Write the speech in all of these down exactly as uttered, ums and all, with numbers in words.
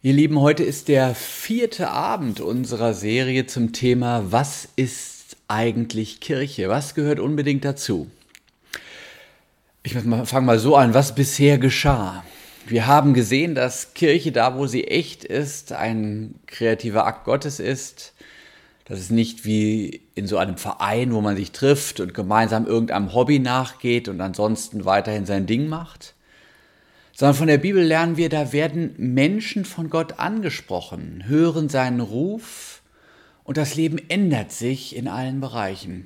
Ihr Lieben, heute ist der vierte Abend unserer Serie zum Thema Was ist eigentlich Kirche? Was gehört unbedingt dazu? Ich fange mal so an, was bisher geschah. Wir haben gesehen, dass Kirche da, wo sie echt ist, ein kreativer Akt Gottes ist. Das ist nicht wie in so einem Verein, wo man sich trifft und gemeinsam irgendeinem Hobby nachgeht und ansonsten weiterhin sein Ding macht. Sondern von der Bibel lernen wir, da werden Menschen von Gott angesprochen, hören seinen Ruf und das Leben ändert sich in allen Bereichen.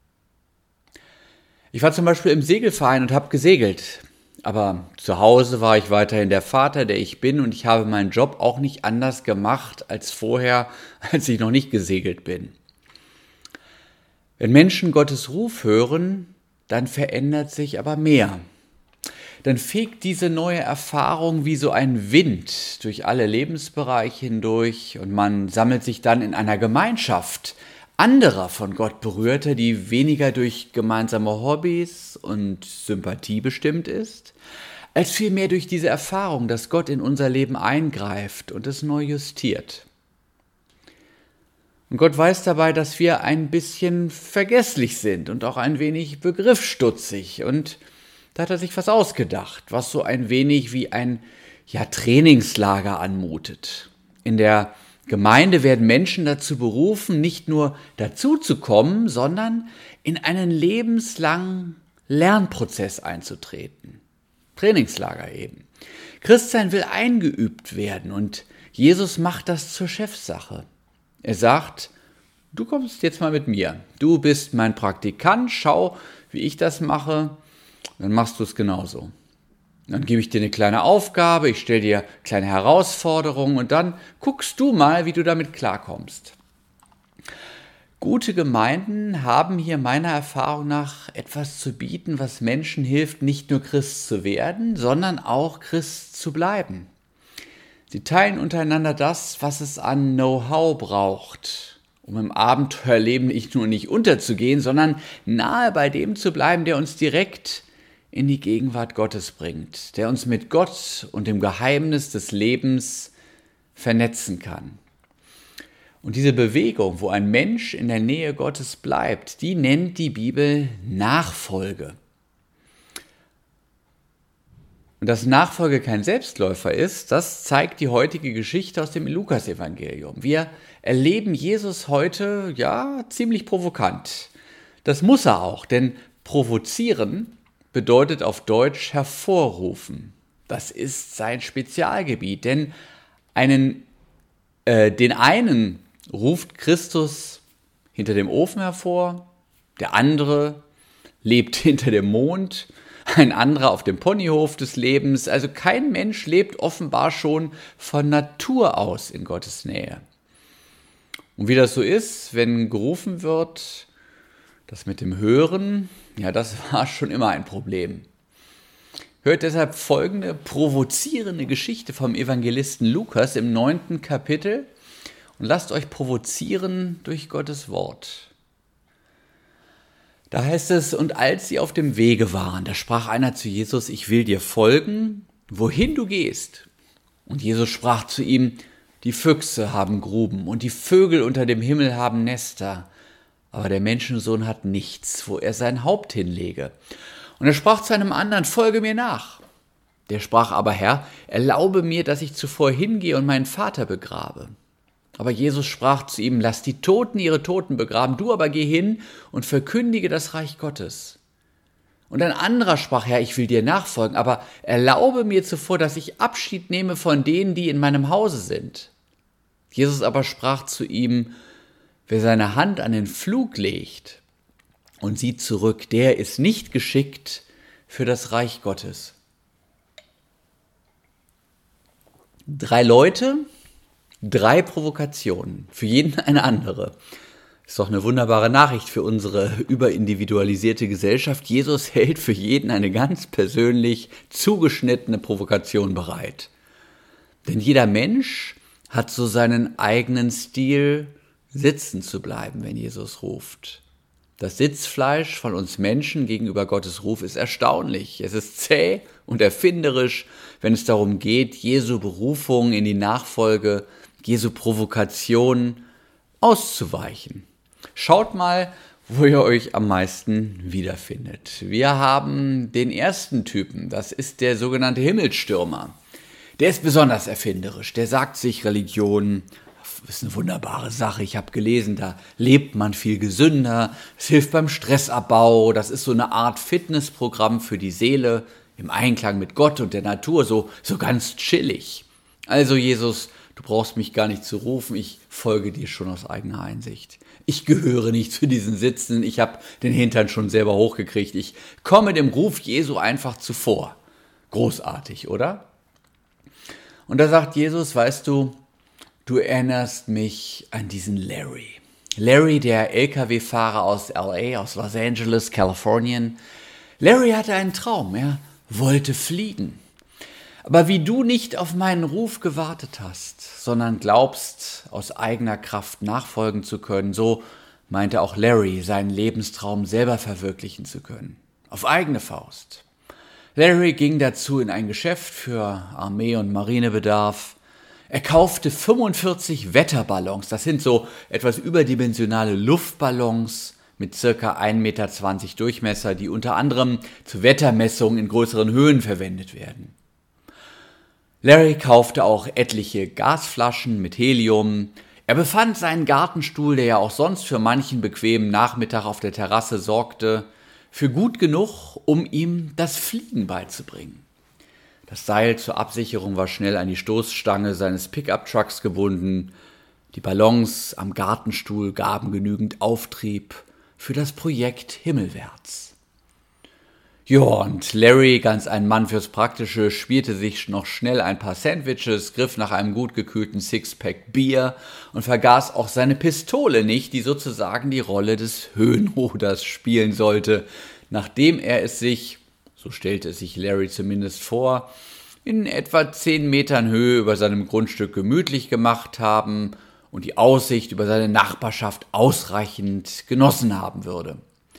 Ich war zum Beispiel im Segelverein und habe gesegelt, aber zu Hause war ich weiterhin der Vater, der ich bin, und ich habe meinen Job auch nicht anders gemacht als vorher, als ich noch nicht gesegelt bin. Wenn Menschen Gottes Ruf hören, dann verändert sich aber mehr. Dann fegt diese neue Erfahrung wie so ein Wind durch alle Lebensbereiche hindurch und man sammelt sich dann in einer Gemeinschaft anderer von Gott Berührter, die weniger durch gemeinsame Hobbys und Sympathie bestimmt ist, als vielmehr durch diese Erfahrung, dass Gott in unser Leben eingreift und es neu justiert. Und Gott weiß dabei, dass wir ein bisschen vergesslich sind und auch ein wenig begriffsstutzig, und da hat er sich was ausgedacht, was so ein wenig wie ein ja, Trainingslager anmutet. In der Gemeinde werden Menschen dazu berufen, nicht nur dazu zu kommen, sondern in einen lebenslangen Lernprozess einzutreten. Trainingslager eben. Christsein will eingeübt werden und Jesus macht das zur Chefsache. Er sagt, du kommst jetzt mal mit mir. Du bist mein Praktikant, schau, wie ich das mache. Dann machst du es genauso. Dann gebe ich dir eine kleine Aufgabe, ich stelle dir kleine Herausforderungen und dann guckst du mal, wie du damit klarkommst. Gute Gemeinden haben hier meiner Erfahrung nach etwas zu bieten, was Menschen hilft, nicht nur Christ zu werden, sondern auch Christ zu bleiben. Sie teilen untereinander das, was es an Know-how braucht, um im Abenteuerleben nicht nur nicht unterzugehen, sondern nahe bei dem zu bleiben, der uns direkt in die Gegenwart Gottes bringt, der uns mit Gott und dem Geheimnis des Lebens vernetzen kann. Und diese Bewegung, wo ein Mensch in der Nähe Gottes bleibt, die nennt die Bibel Nachfolge. Und dass Nachfolge kein Selbstläufer ist, das zeigt die heutige Geschichte aus dem Lukas-Evangelium. Wir erleben Jesus heute, ja, ziemlich provokant. Das muss er auch, denn provozieren bedeutet auf Deutsch hervorrufen. Das ist sein Spezialgebiet, denn einen, äh, den einen ruft Christus hinter dem Ofen hervor, der andere lebt hinter dem Mond, ein anderer auf dem Ponyhof des Lebens. Also kein Mensch lebt offenbar schon von Natur aus in Gottes Nähe. Und wie das so ist, wenn gerufen wird, das mit dem Hören, ja, das war schon immer ein Problem. Hört deshalb folgende provozierende Geschichte vom Evangelisten Lukas im neunten Kapitel und lasst euch provozieren durch Gottes Wort. Da heißt es, und als sie auf dem Wege waren, da sprach einer zu Jesus, ich will dir folgen, wohin du gehst. Und Jesus sprach zu ihm, die Füchse haben Gruben und die Vögel unter dem Himmel haben Nester, aber der Menschensohn hat nichts, wo er sein Haupt hinlege. Und er sprach zu einem anderen, folge mir nach. Der sprach aber, Herr, erlaube mir, dass ich zuvor hingehe und meinen Vater begrabe. Aber Jesus sprach zu ihm, lass die Toten ihre Toten begraben, du aber geh hin und verkündige das Reich Gottes. Und ein anderer sprach, Herr, ich will dir nachfolgen, aber erlaube mir zuvor, dass ich Abschied nehme von denen, die in meinem Hause sind. Jesus aber sprach zu ihm, wer seine Hand an den Pflug legt und sieht zurück, der ist nicht geschickt für das Reich Gottes. Drei Leute, drei Provokationen, für jeden eine andere. Ist doch eine wunderbare Nachricht für unsere überindividualisierte Gesellschaft. Jesus hält für jeden eine ganz persönlich zugeschnittene Provokation bereit. Denn jeder Mensch hat so seinen eigenen Stil, sitzen zu bleiben, wenn Jesus ruft. Das Sitzfleisch von uns Menschen gegenüber Gottes Ruf ist erstaunlich. Es ist zäh und erfinderisch, wenn es darum geht, Jesu Berufung in die Nachfolge, Jesu Provokation auszuweichen. Schaut mal, wo ihr euch am meisten wiederfindet. Wir haben den ersten Typen, das ist der sogenannte Himmelstürmer. Der ist besonders erfinderisch, der sagt sich, Religion ist eine wunderbare Sache. Ich habe gelesen, da lebt man viel gesünder, es hilft beim Stressabbau, das ist so eine Art Fitnessprogramm für die Seele, im Einklang mit Gott und der Natur, so, so ganz chillig. Also Jesus, du brauchst mich gar nicht zu rufen, ich folge dir schon aus eigener Einsicht. Ich gehöre nicht zu diesen Sitzenden, ich habe den Hintern schon selber hochgekriegt, ich komme dem Ruf Jesu einfach zuvor. Großartig, oder? Und da sagt Jesus, weißt du, du erinnerst mich an diesen Larry. Larry, der L K W-Fahrer aus L A, aus Los Angeles, Kalifornien. Larry hatte einen Traum, er wollte fliegen. Aber wie du nicht auf meinen Ruf gewartet hast, sondern glaubst, aus eigener Kraft nachfolgen zu können, so meinte auch Larry, seinen Lebenstraum selber verwirklichen zu können. Auf eigene Faust. Larry ging dazu in ein Geschäft für Armee- und Marinebedarf. Er kaufte fünfundvierzig Wetterballons, das sind so etwas überdimensionale Luftballons mit circa ein Meter zwanzig Durchmesser, die unter anderem zur Wettermessung in größeren Höhen verwendet werden. Larry kaufte auch etliche Gasflaschen mit Helium. Er befand seinen Gartenstuhl, der ja auch sonst für manchen bequemen Nachmittag auf der Terrasse sorgte, für gut genug, um ihm das Fliegen beizubringen. Das Seil zur Absicherung war schnell an die Stoßstange seines Pickup-Trucks gebunden. Die Ballons am Gartenstuhl gaben genügend Auftrieb für das Projekt himmelwärts. Ja, und Larry, ganz ein Mann fürs Praktische, spielte sich noch schnell ein paar Sandwiches, griff nach einem gut gekühlten Sixpack Bier und vergaß auch seine Pistole nicht, die sozusagen die Rolle des Höhenruders spielen sollte, nachdem er es sich, so stellte es sich Larry zumindest vor, in etwa zehn Metern Höhe über seinem Grundstück gemütlich gemacht haben und die Aussicht über seine Nachbarschaft ausreichend genossen haben würde.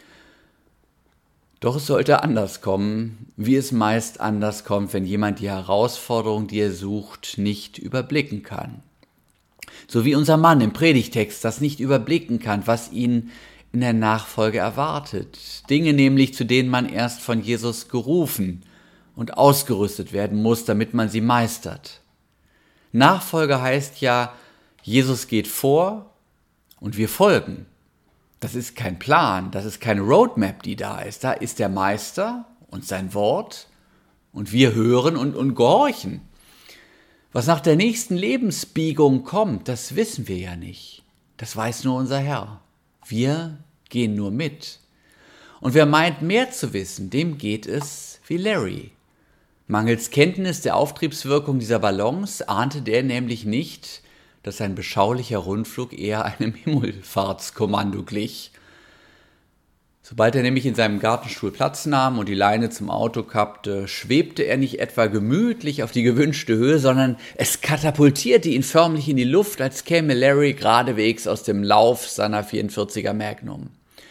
Doch es sollte anders kommen, wie es meist anders kommt, wenn jemand die Herausforderung, die er sucht, nicht überblicken kann. So wie unser Mann im Predigtext das nicht überblicken kann, was ihn in der Nachfolge erwartet. Dinge nämlich, zu denen man erst von Jesus gerufen und ausgerüstet werden muss, damit man sie meistert. Nachfolge heißt ja, Jesus geht vor und wir folgen. Das ist kein Plan, das ist keine Roadmap, die da ist. Da ist der Meister und sein Wort und wir hören und, und gehorchen. Was nach der nächsten Lebensbiegung kommt, das wissen wir ja nicht. Das weiß nur unser Herr. Wir gehen nur mit. Und wer meint, mehr zu wissen, dem geht es wie Larry. Mangels Kenntnis der Auftriebswirkung dieser Ballons ahnte der nämlich nicht, dass ein beschaulicher Rundflug eher einem Himmelfahrtskommando glich. Sobald er nämlich in seinem Gartenstuhl Platz nahm und die Leine zum Auto kappte, schwebte er nicht etwa gemütlich auf die gewünschte Höhe, sondern es katapultierte ihn förmlich in die Luft, als käme Larry geradewegs aus dem Lauf seiner vierundvierziger Magnum.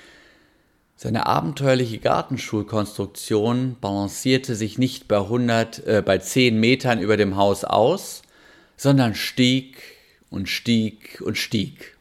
Seine abenteuerliche Gartenstuhlkonstruktion balancierte sich nicht bei, hundert, äh, bei zehn Metern über dem Haus aus, sondern stieg und stieg und stieg.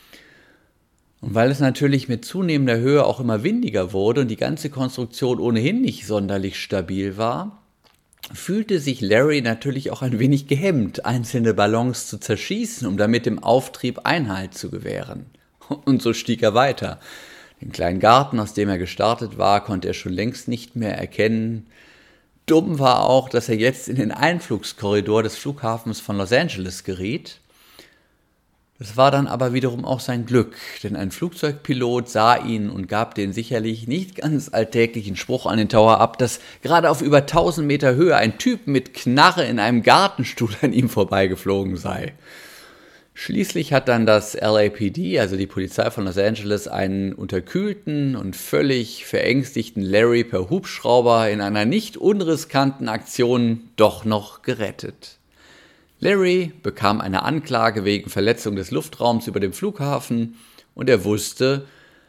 Und weil es natürlich mit zunehmender Höhe auch immer windiger wurde und die ganze Konstruktion ohnehin nicht sonderlich stabil war, fühlte sich Larry natürlich auch ein wenig gehemmt, einzelne Ballons zu zerschießen, um damit dem Auftrieb Einhalt zu gewähren. Und so stieg er weiter. Den kleinen Garten, aus dem er gestartet war, konnte er schon längst nicht mehr erkennen. Dumm war auch, dass er jetzt in den Einflugskorridor des Flughafens von Los Angeles geriet. Das war dann aber wiederum auch sein Glück, denn ein Flugzeugpilot sah ihn und gab den sicherlich nicht ganz alltäglichen Spruch an den Tower ab, dass gerade auf über tausend Meter Höhe ein Typ mit Knarre in einem Gartenstuhl an ihm vorbeigeflogen sei. Schließlich hat dann das L A P D, also die Polizei von Los Angeles, einen unterkühlten und völlig verängstigten Larry per Hubschrauber in einer nicht unriskanten Aktion doch noch gerettet. Larry bekam eine Anklage wegen Verletzung des Luftraums über dem Flughafen und er wusste,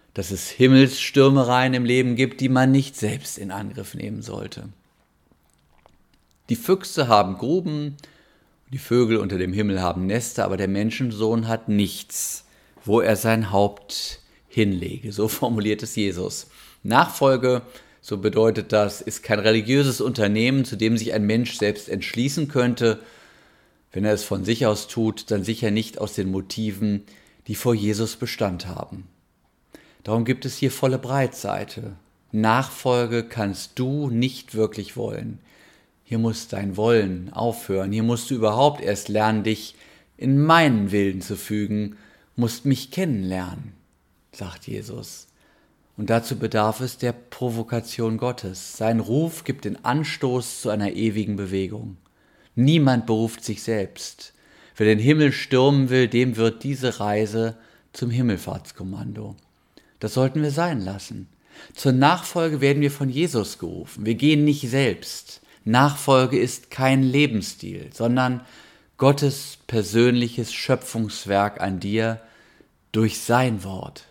dass es Himmelsstürmereien im Leben gibt, die man nicht selbst in Angriff nehmen sollte. Die Füchse haben Gruben, die Vögel unter dem Himmel haben Nester, aber der Menschensohn hat nichts, wo er sein Haupt hinlege. So formuliert es Jesus. Nachfolge, so bedeutet das, ist kein religiöses Unternehmen, zu dem sich ein Mensch selbst entschließen könnte. Wenn er es von sich aus tut, dann sicher nicht aus den Motiven, die vor Jesus Bestand haben. Darum gibt es hier volle Breitseite. Nachfolge kannst du nicht wirklich wollen. Hier muss dein Wollen aufhören. Hier musst du überhaupt erst lernen, dich in meinen Willen zu fügen, musst mich kennenlernen, sagt Jesus. Und dazu bedarf es der Provokation Gottes. Sein Ruf gibt den Anstoß zu einer ewigen Bewegung. Niemand beruft sich selbst. Wer den Himmel stürmen will, dem wird diese Reise zum Himmelfahrtskommando. Das sollten wir sein lassen. Zur Nachfolge werden wir von Jesus gerufen. Wir gehen nicht selbst. Nachfolge ist kein Lebensstil, sondern Gottes persönliches Schöpfungswerk an dir durch sein Wort.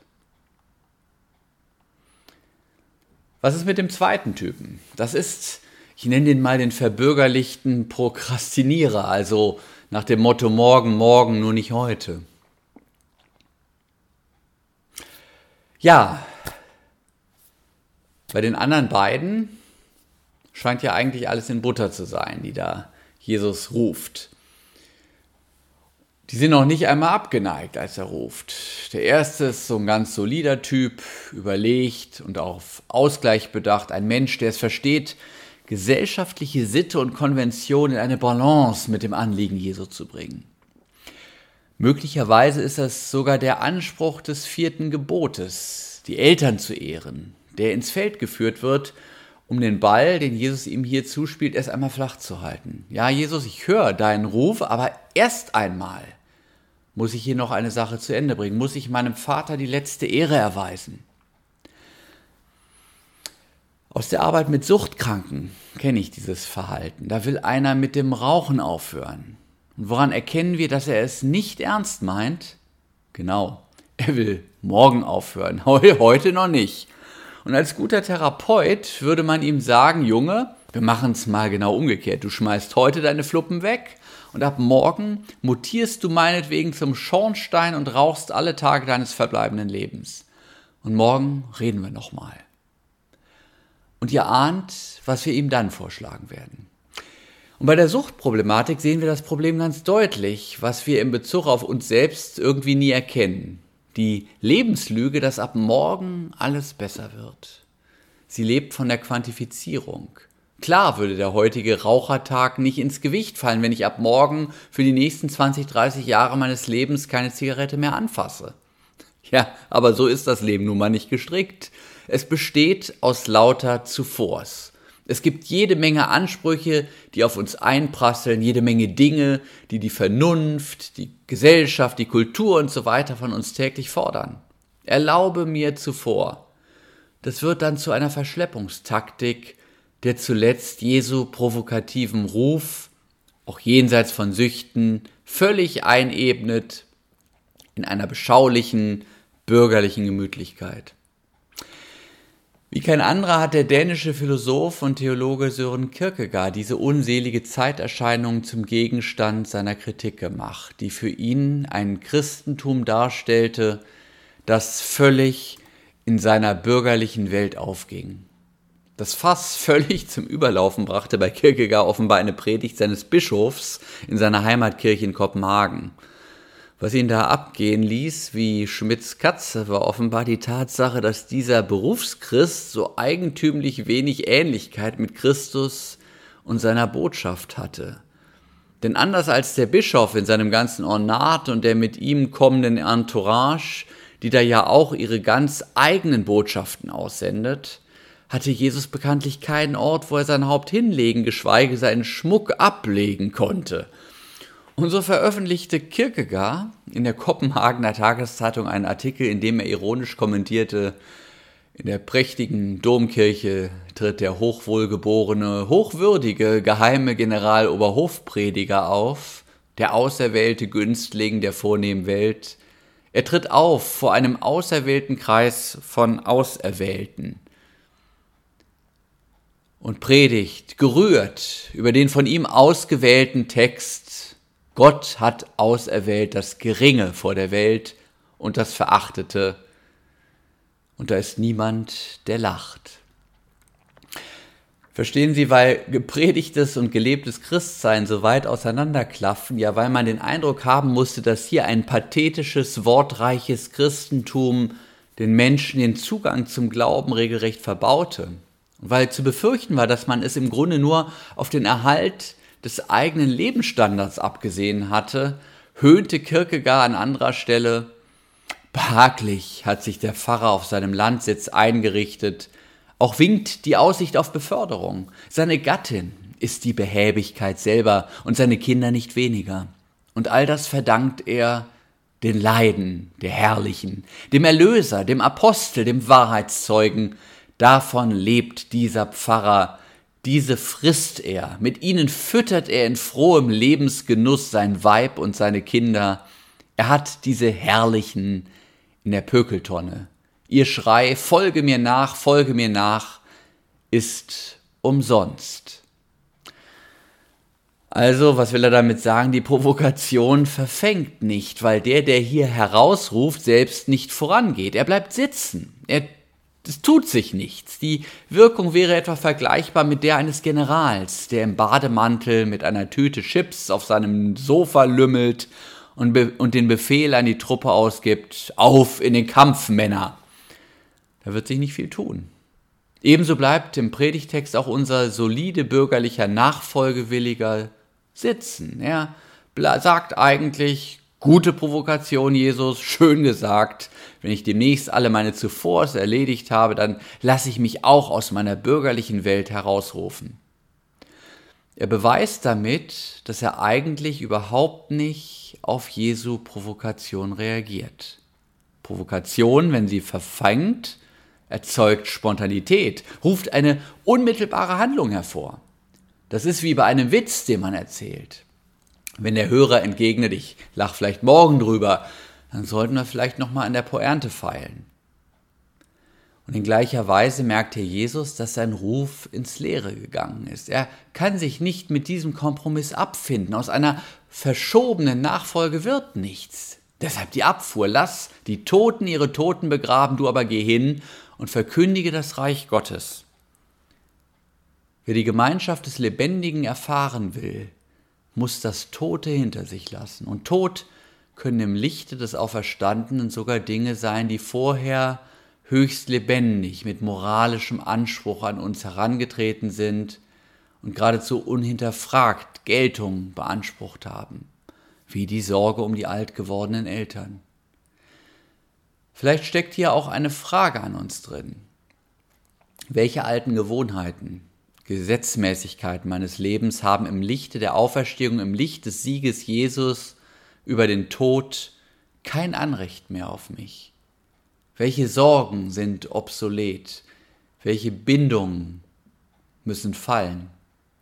Was ist mit dem zweiten Typen? Das ist, ich nenne den mal den verbürgerlichten Prokrastinierer, also nach dem Motto morgen, morgen, nur nicht heute. Ja, bei den anderen beiden scheint ja eigentlich alles in Butter zu sein, die da Jesus ruft. Die sind noch nicht einmal abgeneigt, als er ruft. Der erste ist so ein ganz solider Typ, überlegt und auf Ausgleich bedacht. Ein Mensch, der es versteht, gesellschaftliche Sitte und Konvention in eine Balance mit dem Anliegen Jesu zu bringen. Möglicherweise ist das sogar der Anspruch des vierten Gebotes, die Eltern zu ehren, der ins Feld geführt wird, um den Ball, den Jesus ihm hier zuspielt, erst einmal flach zu halten. Ja, Jesus, ich höre deinen Ruf, aber erst einmal muss ich hier noch eine Sache zu Ende bringen, muss ich meinem Vater die letzte Ehre erweisen. Aus der Arbeit mit Suchtkranken kenne ich dieses Verhalten. Da will einer mit dem Rauchen aufhören. Und woran erkennen wir, dass er es nicht ernst meint? Genau, er will morgen aufhören, heute noch nicht. Und als guter Therapeut würde man ihm sagen, Junge, wir machen es mal genau umgekehrt. Du schmeißt heute deine Fluppen weg und ab morgen mutierst du meinetwegen zum Schornstein und rauchst alle Tage deines verbleibenden Lebens. Und morgen reden wir nochmal. Und ihr ahnt, was wir ihm dann vorschlagen werden. Und bei der Suchtproblematik sehen wir das Problem ganz deutlich, was wir in Bezug auf uns selbst irgendwie nie erkennen. Die Lebenslüge, dass ab morgen alles besser wird. Sie lebt von der Quantifizierung. Klar würde der heutige Rauchertag nicht ins Gewicht fallen, wenn ich ab morgen für die nächsten zwanzig, dreißig Jahre meines Lebens keine Zigarette mehr anfasse. Ja, aber so ist das Leben nun mal nicht gestrickt. Es besteht aus lauter Zuvors. Es gibt jede Menge Ansprüche, die auf uns einprasseln, jede Menge Dinge, die die Vernunft, die Gesellschaft, die Kultur und so weiter von uns täglich fordern. Erlaube mir zuvor. Das wird dann zu einer Verschleppungstaktik, der zuletzt Jesu provokativen Ruf, auch jenseits von Süchten, völlig einebnet in einer beschaulichen, bürgerlichen Gemütlichkeit. Wie kein anderer hat der dänische Philosoph und Theologe Søren Kierkegaard diese unselige Zeiterscheinung zum Gegenstand seiner Kritik gemacht, die für ihn ein Christentum darstellte, das völlig in seiner bürgerlichen Welt aufging. Das Fass völlig zum Überlaufen brachte bei Kierkegaard offenbar eine Predigt seines Bischofs in seiner Heimatkirche in Kopenhagen. Was ihn da abgehen ließ, wie Schmidts Katze, war offenbar die Tatsache, dass dieser Berufschrist so eigentümlich wenig Ähnlichkeit mit Christus und seiner Botschaft hatte. Denn anders als der Bischof in seinem ganzen Ornat und der mit ihm kommenden Entourage, die da ja auch ihre ganz eigenen Botschaften aussendet, hatte Jesus bekanntlich keinen Ort, wo er sein Haupt hinlegen, geschweige seinen Schmuck ablegen konnte. Und so veröffentlichte Kierkegaard in der Kopenhagener Tageszeitung einen Artikel, in dem er ironisch kommentierte: In der prächtigen Domkirche tritt der hochwohlgeborene, hochwürdige, geheime Generaloberhofprediger auf, der auserwählte Günstling der vornehmen Welt. Er tritt auf vor einem auserwählten Kreis von Auserwählten und predigt, gerührt über den von ihm ausgewählten Text: Gott hat auserwählt das Geringe vor der Welt und das Verachtete, und da ist niemand, der lacht. Verstehen Sie, weil gepredigtes und gelebtes Christsein so weit auseinanderklaffen, ja, weil man den Eindruck haben musste, dass hier ein pathetisches, wortreiches Christentum den Menschen den Zugang zum Glauben regelrecht verbaute. Und weil zu befürchten war, dass man es im Grunde nur auf den Erhalt des eigenen Lebensstandards abgesehen hatte, höhnte Kierkegaard an anderer Stelle: Behaglich hat sich der Pfarrer auf seinem Landsitz eingerichtet, auch winkt die Aussicht auf Beförderung. Seine Gattin ist die Behäbigkeit selber und seine Kinder nicht weniger. Und all das verdankt er den Leiden der Herrlichen, dem Erlöser, dem Apostel, dem Wahrheitszeugen. Davon lebt dieser Pfarrer, diese frisst er, mit ihnen füttert er in frohem Lebensgenuss sein Weib und seine Kinder. Er hat diese Herrlichen in der Pökeltonne. Ihr Schrei, folge mir nach, folge mir nach, ist umsonst. Also, was will er damit sagen? Die Provokation verfängt nicht, weil der, der hier herausruft, selbst nicht vorangeht. Er bleibt sitzen. Er, es tut sich nichts. Die Wirkung wäre etwa vergleichbar mit der eines Generals, der im Bademantel mit einer Tüte Chips auf seinem Sofa lümmelt und, be- und den Befehl an die Truppe ausgibt: Auf in den Kampf, Männer! Da wird sich nicht viel tun. Ebenso bleibt im Predigtext auch unser solide bürgerlicher Nachfolgewilliger sitzen. Er sagt eigentlich: Gute Provokation, Jesus, schön gesagt. Wenn ich demnächst alle meine Zuvors erledigt habe, dann lasse ich mich auch aus meiner bürgerlichen Welt herausrufen. Er beweist damit, dass er eigentlich überhaupt nicht auf Jesu Provokation reagiert. Provokation, wenn sie verfängt, erzeugt Spontanität, ruft eine unmittelbare Handlung hervor. Das ist wie bei einem Witz, den man erzählt. Wenn der Hörer entgegnet: Ich lach vielleicht morgen drüber, dann sollten wir vielleicht nochmal an der Pointe feilen. Und in gleicher Weise merkt hier Jesus, dass sein Ruf ins Leere gegangen ist. Er kann sich nicht mit diesem Kompromiss abfinden. Aus einer verschobenen Nachfolge wird nichts. Deshalb die Abfuhr: Lass die Toten ihre Toten begraben, du aber geh hin und verkündige das Reich Gottes. Wer die Gemeinschaft des Lebendigen erfahren will, muss das Tote hinter sich lassen. Und tot können im Lichte des Auferstandenen sogar Dinge sein, die vorher höchst lebendig mit moralischem Anspruch an uns herangetreten sind und geradezu unhinterfragt Geltung beansprucht haben, wie die Sorge um die alt gewordenen Eltern. Vielleicht steckt hier auch eine Frage an uns drin. Welche alten Gewohnheiten, Gesetzmäßigkeiten meines Lebens haben im Lichte der Auferstehung, im Licht des Sieges Jesus über den Tod kein Anrecht mehr auf mich? Welche Sorgen sind obsolet? Welche Bindungen müssen fallen?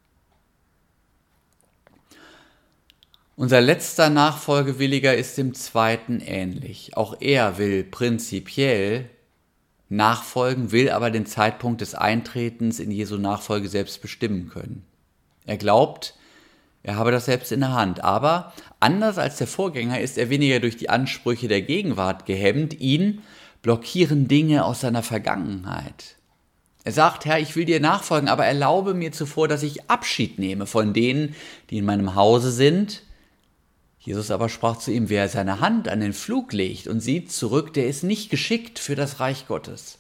Unser letzter Nachfolgewilliger ist dem Zweiten ähnlich. Auch er will prinzipiell nachfolgen, will aber den Zeitpunkt des Eintretens in Jesu Nachfolge selbst bestimmen können. Er glaubt, er habe das selbst in der Hand, aber anders als der Vorgänger ist er weniger durch die Ansprüche der Gegenwart gehemmt. Ihn blockieren Dinge aus seiner Vergangenheit. Er sagt: Herr, ich will dir nachfolgen, aber erlaube mir zuvor, dass ich Abschied nehme von denen, die in meinem Hause sind. Jesus aber sprach zu ihm: Wer seine Hand an den Pflug legt und sieht zurück, der ist nicht geschickt für das Reich Gottes.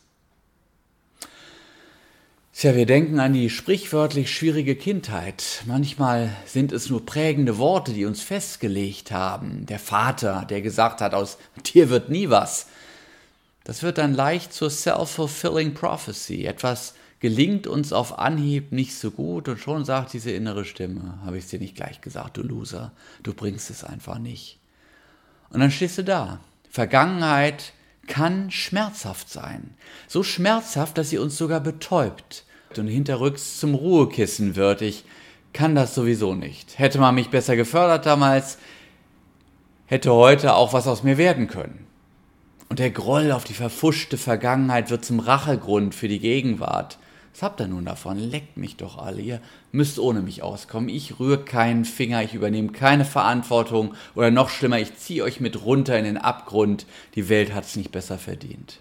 Tja, wir denken an die sprichwörtlich schwierige Kindheit. Manchmal sind es nur prägende Worte, die uns festgelegt haben. Der Vater, der gesagt hat: Aus dir wird nie was. Das wird dann leicht zur self-fulfilling prophecy. Etwas gelingt uns auf Anhieb nicht so gut und schon sagt diese innere Stimme: Habe ich es dir nicht gleich gesagt, du Loser, du bringst es einfach nicht. Und dann stehst du da. Vergangenheit kann schmerzhaft sein. So schmerzhaft, dass sie uns sogar betäubt und hinterrücks zum Ruhekissen wird. Ich kann das sowieso nicht. Hätte man mich besser gefördert damals, hätte heute auch was aus mir werden können. Und der Groll auf die verfuschte Vergangenheit wird zum Rachegrund für die Gegenwart. Was habt ihr nun davon? Leckt mich doch alle. Ihr müsst ohne mich auskommen. Ich rühre keinen Finger, ich übernehme keine Verantwortung. Oder noch schlimmer, ich ziehe euch mit runter in den Abgrund. Die Welt hat's nicht besser verdient.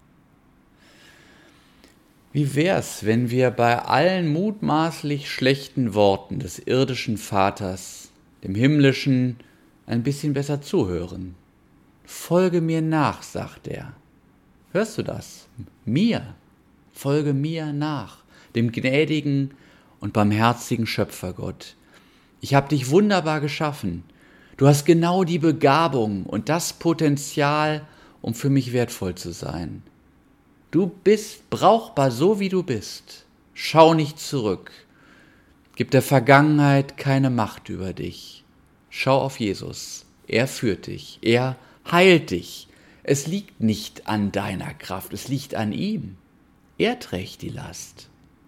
Wie wär's, wenn wir bei allen mutmaßlich schlechten Worten des irdischen Vaters, dem himmlischen, ein bisschen besser zuhören? Folge mir nach, sagt er. Hörst du das? Mir. Folge mir nach, dem gnädigen und barmherzigen Schöpfergott. Ich habe dich wunderbar geschaffen. Du hast genau die Begabung und das Potenzial, um für mich wertvoll zu sein. Du bist brauchbar, so wie du bist. Schau nicht zurück. Gib der Vergangenheit keine Macht über dich. Schau auf Jesus. Er führt dich. Er heilt dich. Es liegt nicht an deiner Kraft, es liegt an ihm. Er trägt die Last.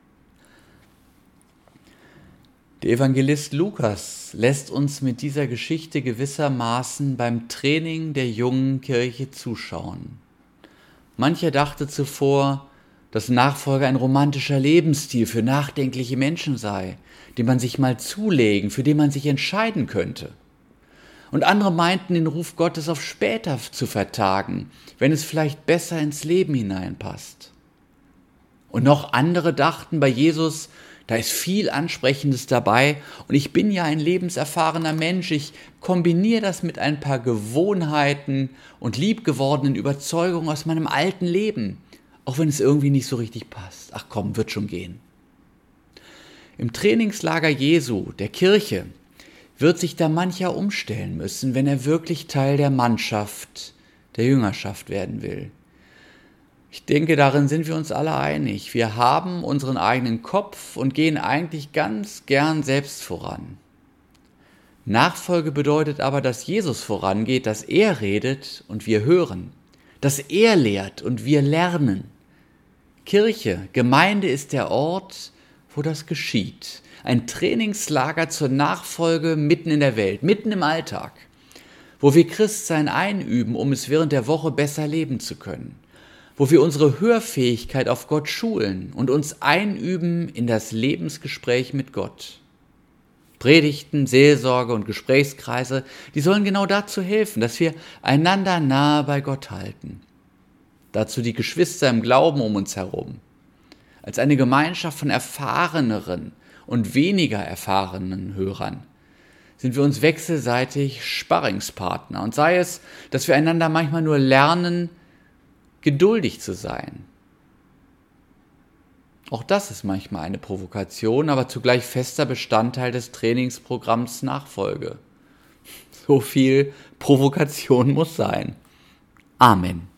Der Evangelist Lukas lässt uns mit dieser Geschichte gewissermaßen beim Training der jungen Kirche zuschauen. Mancher dachte zuvor, dass Nachfolge ein romantischer Lebensstil für nachdenkliche Menschen sei, den man sich mal zulegen, für den man sich entscheiden könnte. Und andere meinten, den Ruf Gottes auf später zu vertagen, wenn es vielleicht besser ins Leben hineinpasst. Und noch andere dachten bei Jesus, da ist viel Ansprechendes dabei und ich bin ja ein lebenserfahrener Mensch, ich kombiniere das mit ein paar Gewohnheiten und liebgewordenen Überzeugungen aus meinem alten Leben, auch wenn es irgendwie nicht so richtig passt. Ach komm, wird schon gehen. Im Trainingslager Jesu, der Kirche, wird sich da mancher umstellen müssen, wenn er wirklich Teil der Mannschaft, der Jüngerschaft werden will. Ich denke, darin sind wir uns alle einig. Wir haben unseren eigenen Kopf und gehen eigentlich ganz gern selbst voran. Nachfolge bedeutet aber, dass Jesus vorangeht, dass er redet und wir hören, dass er lehrt und wir lernen. Kirche, Gemeinde ist der Ort, wo das geschieht. Ein Trainingslager zur Nachfolge mitten in der Welt, mitten im Alltag, wo wir Christsein einüben, um es während der Woche besser leben zu können, wo wir unsere Hörfähigkeit auf Gott schulen und uns einüben in das Lebensgespräch mit Gott. Predigten, Seelsorge und Gesprächskreise, die sollen genau dazu helfen, dass wir einander nahe bei Gott halten. Dazu die Geschwister im Glauben um uns herum. Als eine Gemeinschaft von erfahreneren und weniger erfahrenen Hörern sind wir uns wechselseitig Sparringspartner. Und sei es, dass wir einander manchmal nur lernen, geduldig zu sein. Auch das ist manchmal eine Provokation, aber zugleich fester Bestandteil des Trainingsprogramms Nachfolge. So viel Provokation muss sein. Amen.